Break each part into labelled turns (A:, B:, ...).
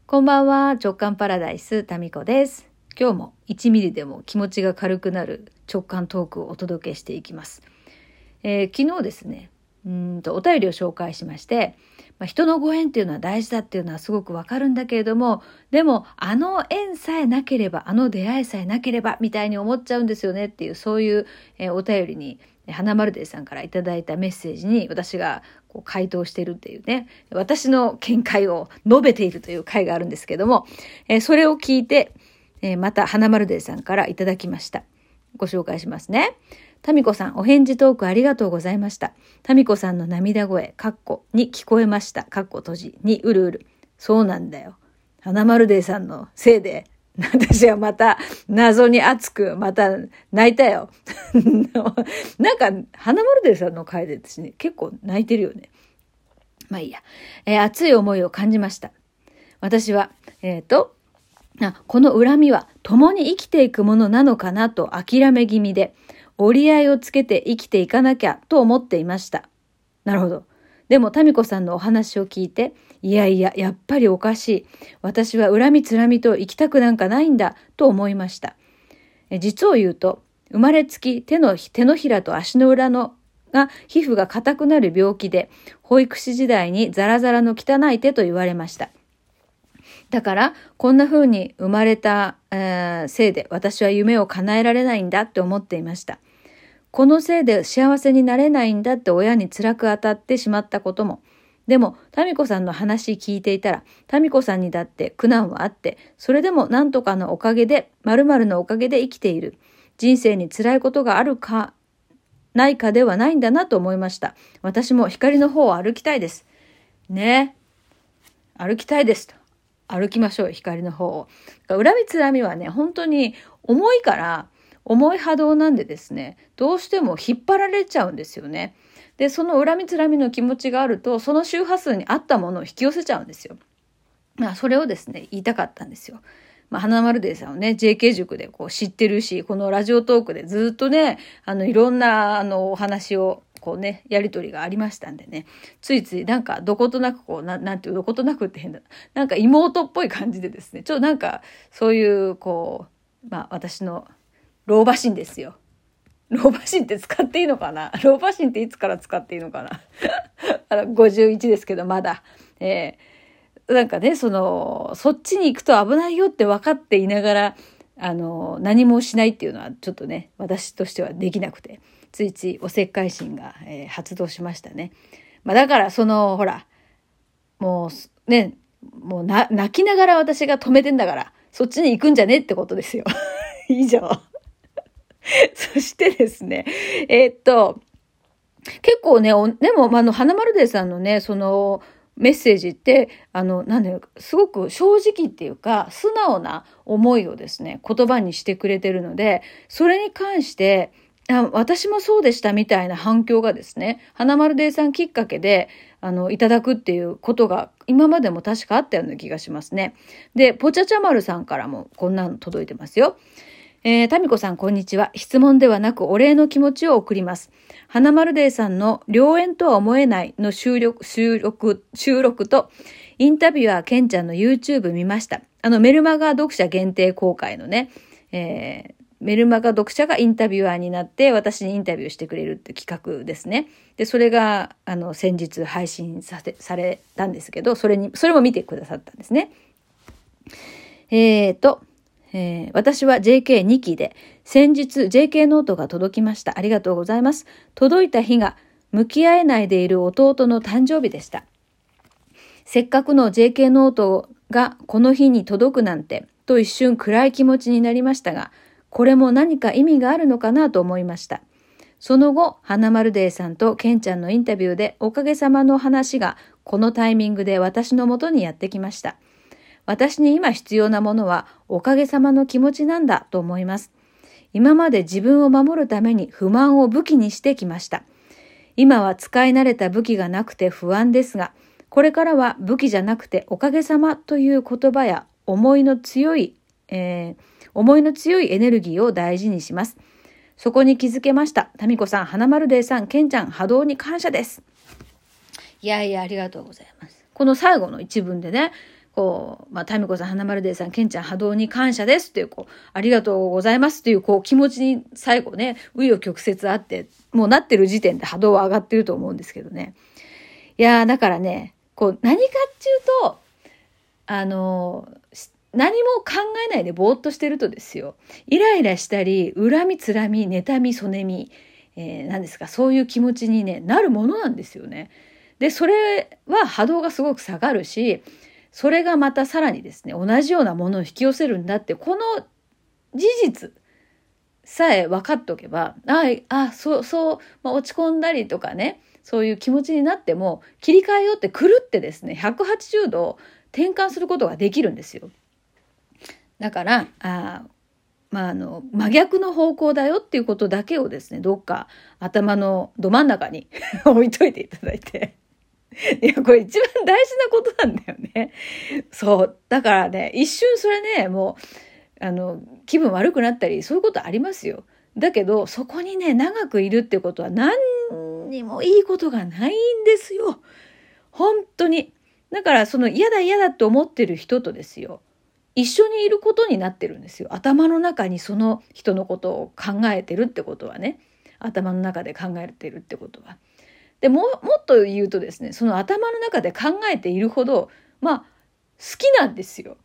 A: こんばんは、直感パラダイスタミコです。今日も1ミリでも気持ちが軽くなる直感トークをお届けしていきます。昨日ですね、お便りを紹介しまして、人のご縁っていうのは大事だっていうのはすごくわかるんだけれども、でもあの縁さえなければ、あの出会いさえなければみたいに思っちゃうんですよねっていう、そういう、お便りに花丸デーさんからいただいたメッセージに私が回答しているっていうね、私の見解を述べているという回があるんですけども、それを聞いて、また花丸デーさんからいただきました。ご紹介しますね。タミコさん、お返事トークありがとうございました。タミコさんの涙声、に聞こえました。閉じにうるうる。そうなんだよ。花丸デーさんのせいで、私はまた謎に熱くまた泣いたよ。なんか花丸デーさんの回で私ね、結構泣いてるよね。まあいいや。熱い思いを感じました。私は、この恨みは共に生きていくものなのかなと諦め気味で、折り合いをつけて生きていかなきゃと思っていました。なるほど。でもタミコさんのお話を聞いて、やっぱりおかしい。私は恨みつらみと生きたくなんかないんだと思いました。実を言うと、生まれつき手のひらと足の裏の皮膚が硬くなる病気で、保育士時代にザラザラの汚い手と言われました。だからこんな風に生まれた、せいで私は夢を叶えられないんだって思っていました。このせいで幸せになれないんだって親に辛く当たってしまったことも。でもタミコさんの話聞いていたら、タミコさんにだって苦難はあって、それでもなんとかのおかげで、〇〇のおかげで生きている。人生に辛いことがあるかないかではないんだなと思いました。私も光の方を歩きたいです。ね。歩きたいですと。歩きましょう、光の方を。恨みつらみはね、本当に重い波動なんでですね、どうしても引っ張られちゃうんですよね。で、その恨みつらみの気持ちがあると、その周波数に合ったものを引き寄せちゃうんですよ。それをですね、言いたかったんですよ。花丸デーさんをね、JK 塾で知ってるし、このラジオトークでずっとね、いろんなお話をやりとりがありましたんでね、ついついどことなくどことなくって変だ。妹っぽい感じでですね、そういう私の老婆心ですよ。老婆心って使っていいのかな？老婆心っていつから使っていいのかな51ですけど、まだ。そっちに行くと危ないよって分かっていながら、何もしないっていうのはちょっとね、私としてはできなくて、ついついおせっかい心が、発動しましたね。だからもうね、もう泣きながら私が止めてんだから、そっちに行くんじゃねってことですよ。以上。そしてですね、結構ね、でも、花丸デーさんのね、メッセージって、すごく正直っていうか、素直な思いをですね、言葉にしてくれてるので、それに関して、私もそうでしたみたいな反響がですね、花丸デーさんきっかけで、いただくっていうことが、今までも確かあったような気がしますね。で、ぽちゃちゃ丸さんからもこんなの届いてますよ。タミコさん、こんにちは。質問ではなくお礼の気持ちを送ります。花丸デーさんの良縁とは思えないの収録と、インタビュアーケンちゃんの YouTube 見ました。メルマガ読者限定公開のね、メルマガ読者がインタビュアーになって私にインタビューしてくれるって企画ですね。で、それが、先日配信されたんですけど、それも見てくださったんですね。私は JK2 期で、先日 JK ノートが届きました。ありがとうございます。届いた日が、向き合えないでいる弟の誕生日でした。せっかくの JK ノートがこの日に届くなんて、と一瞬暗い気持ちになりましたが、これも何か意味があるのかなと思いました。その後、花丸デーさんとケンちゃんのインタビューでおかげさまの話がこのタイミングで私のもとにやってきました。私に今必要なものはおかげさまの気持ちなんだと思います。今まで自分を守るために不満を武器にしてきました。今は使い慣れた武器がなくて不安ですが、これからは武器じゃなくておかげさまという言葉や思いの強いエネルギーを大事にします。そこに気づけました。タミコさん、花丸デーさん、ケンちゃん、波動に感謝です。ありがとうございます。この最後の一文でね、 タミコさん、花丸デーさん、ケンちゃん、波動に感謝ですっていう、ありがとうございますっていう、気持ちに最後ね、紆余曲折あって、もうなってる時点で波動は上がってると思うんですけどね。いやー、だからね、何かっていうと、何も考えないでぼーっとしてるとですよ、イライラしたり、恨み、つらみ、妬み、そねみ、何ですか、そういう気持ちにね、なるものなんですよね。で、それは波動がすごく下がるし、それがまたさらにですね、同じようなものを引き寄せるんだって、この事実さえ分かっておけば、そう、落ち込んだりとかね、そういう気持ちになっても、切り替えようって狂ってですね、180度転換することができるんですよ。だから、真逆の方向だよっていうことだけをですね、どっか頭のど真ん中に置いといていただいて。いや、これ一番大事なことなんだよね。そう。だからね、一瞬それね、もう、気分悪くなったり、そういうことありますよ。だけど、そこにね、長くいるってことは何にもいいことがないんですよ。本当に。だから、その嫌だって思ってる人とですよ。一緒にいることになってるんですよ。頭の中にその人のことを考えてるってことはね。頭の中で考えてるってことは。でもっと言うとですね、その頭の中で考えているほど、好きなんですよ。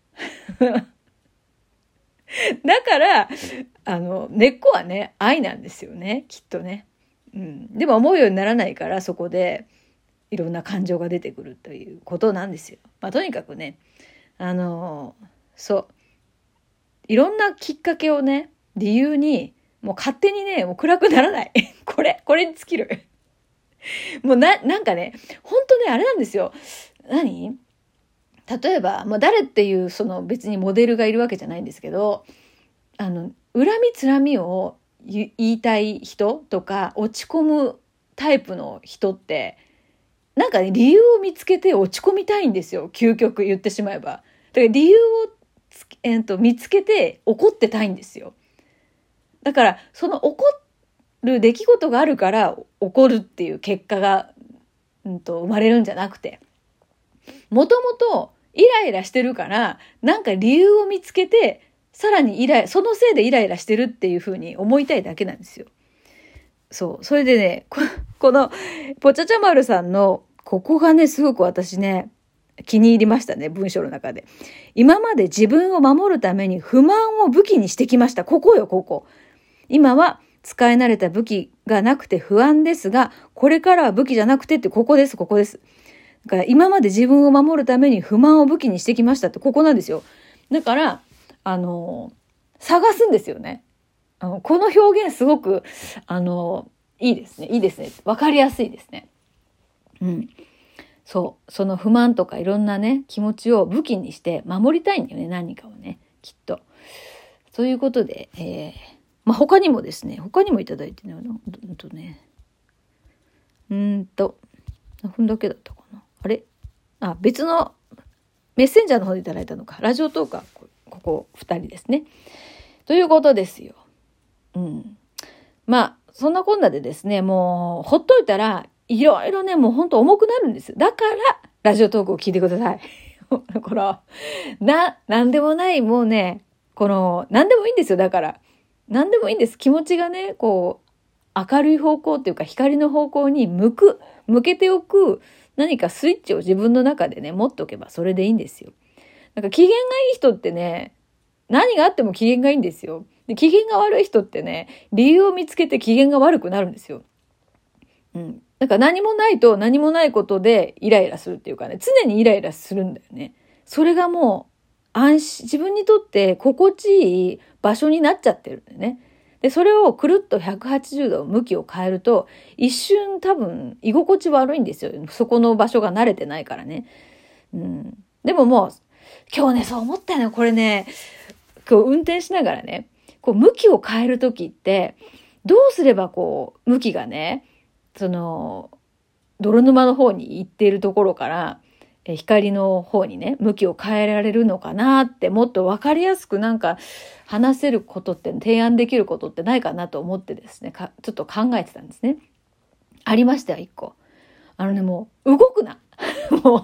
A: だから、根っこはね、愛なんですよね、きっとね。でも思うようにならないから、そこでいろんな感情が出てくるということなんですよ。とにかくね、そう。いろんなきっかけをね、理由に、もう勝手にね、もう暗くならない。これに尽きる。もうなんかね、本当ね、あれなんですよ。例えば、誰っていうその別にモデルがいるわけじゃないんですけど、恨みつらみを言いたい人とか、落ち込むタイプの人って、なんかね、理由を見つけて落ち込みたいんですよ。究極言ってしまえば。だから理由を見つけて怒ってたいんですよ。だから、その怒る出来事があるから怒るっていう結果が、生まれるんじゃなくて、もともとイライラしてるから、なんか理由を見つけて、さらにそのせいでイライラしてるっていうふうに思いたいだけなんですよ。そう。それでね、この、ぽちゃちゃまるさんの、ここがね、すごく私ね、気に入りましたね、文章の中で。今まで自分を守るために不満を武器にしてきました。ここよ、ここ。今は使い慣れた武器がなくて不安ですが、これからは武器じゃなくてって、ここです。だから今まで自分を守るために不満を武器にしてきましたって、ここなんですよ。だから、探すんですよね。この表現すごく、いいですね。いいですね。わかりやすいですね。そう。その不満とかいろんなね、気持ちを武器にして守りたいんだよね。何かをね。きっと。そういうことで、他にもいただいてね、何分だけだったかな。あれ？別のメッセンジャーの方でいただいたのか。ラジオトークはここ2人ですね。ということですよ。そんなこんなでですね、もうほっといたらいろいろね、もうほんと重くなるんです。だからラジオトークを聞いてください。なんでもない、もうね、なんでもいいんですよ。だからなんでもいいんです。気持ちがね、明るい方向っていうか光の方向に向けておく何かスイッチを自分の中でね、持っておけばそれでいいんですよ。なんか機嫌がいい人ってね、何があっても機嫌がいいんですよ。で、機嫌が悪い人ってね、理由を見つけて機嫌が悪くなるんですよ。なんか何もないと何もないことでイライラするっていうかね、常にイライラするんだよね。それがもう自分にとって心地いい場所になっちゃってるんだよね。で、それをくるっと180度向きを変えると、一瞬多分居心地悪いんですよ。そこの場所が慣れてないからね。でももう、今日ね、そう思ったよね。これね、今日運転しながらね、向きを変えるときって、どうすれば向きがね、泥沼の方に行っているところから、光の方にね、向きを変えられるのかなって、もっとわかりやすくなんか話せることって、提案できることってないかなと思ってですね、ちょっと考えてたんですね。ありましたよ、一個。もう動くな。もう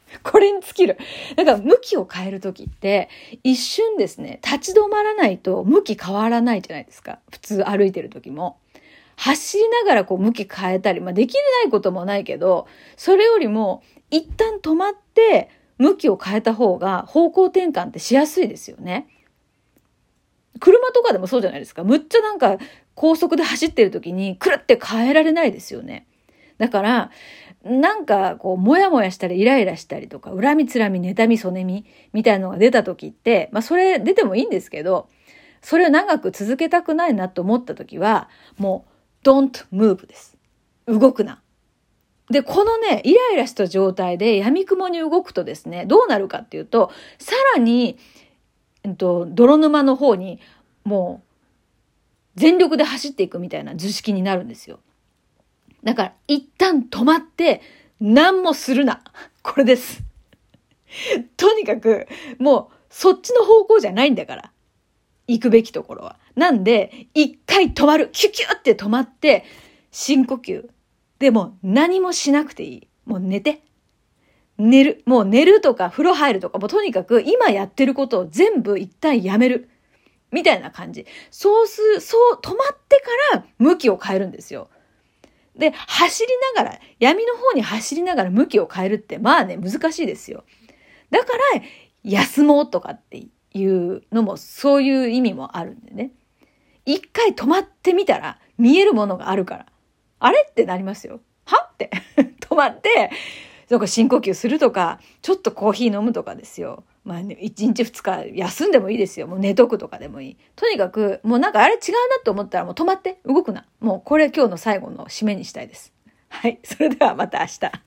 A: これに尽きる。だから向きを変えるときって、一瞬ですね、立ち止まらないと向き変わらないじゃないですか。普通歩いてるときも。走りながらこう向き変えたり、できないこともないけど、それよりも一旦止まって向きを変えた方が方向転換ってしやすいですよね。車とかでもそうじゃないですか。むっちゃなんか高速で走ってる時にくるって変えられないですよね。だからなんかこうモヤモヤしたりイライラしたりとか恨みつらみ妬みそねみみたいなのが出た時って、それ出てもいいんですけど、それを長く続けたくないなと思った時はもう don't move です。動くな。で、このね、イライラした状態で闇雲に動くとですね、どうなるかっていうと、さらに泥沼の方にもう全力で走っていくみたいな図式になるんですよ。だから一旦止まって何もするな。これです。とにかくもうそっちの方向じゃないんだから。行くべきところは。なんで一回止まる。キュキュって止まって深呼吸。でも何もしなくていい。もう寝て。寝る。もう寝るとか風呂入るとか、もうとにかく今やってることを全部一旦やめる。みたいな感じ。そう止まってから向きを変えるんですよ。で、走りながら、闇の方に走りながら向きを変えるって難しいですよ。だから休もうとかっていうのもそういう意味もあるんでね。一回止まってみたら見えるものがあるから。あれってなりますよ。はって止まって、深呼吸するとか、ちょっとコーヒー飲むとかですよ。1日2日休んでもいいですよ。もう寝とくとかでもいい。とにかく、もうなんかあれ違うなと思ったらもう止まって、動くな。もうこれ今日の最後の締めにしたいです。はい。それではまた明日。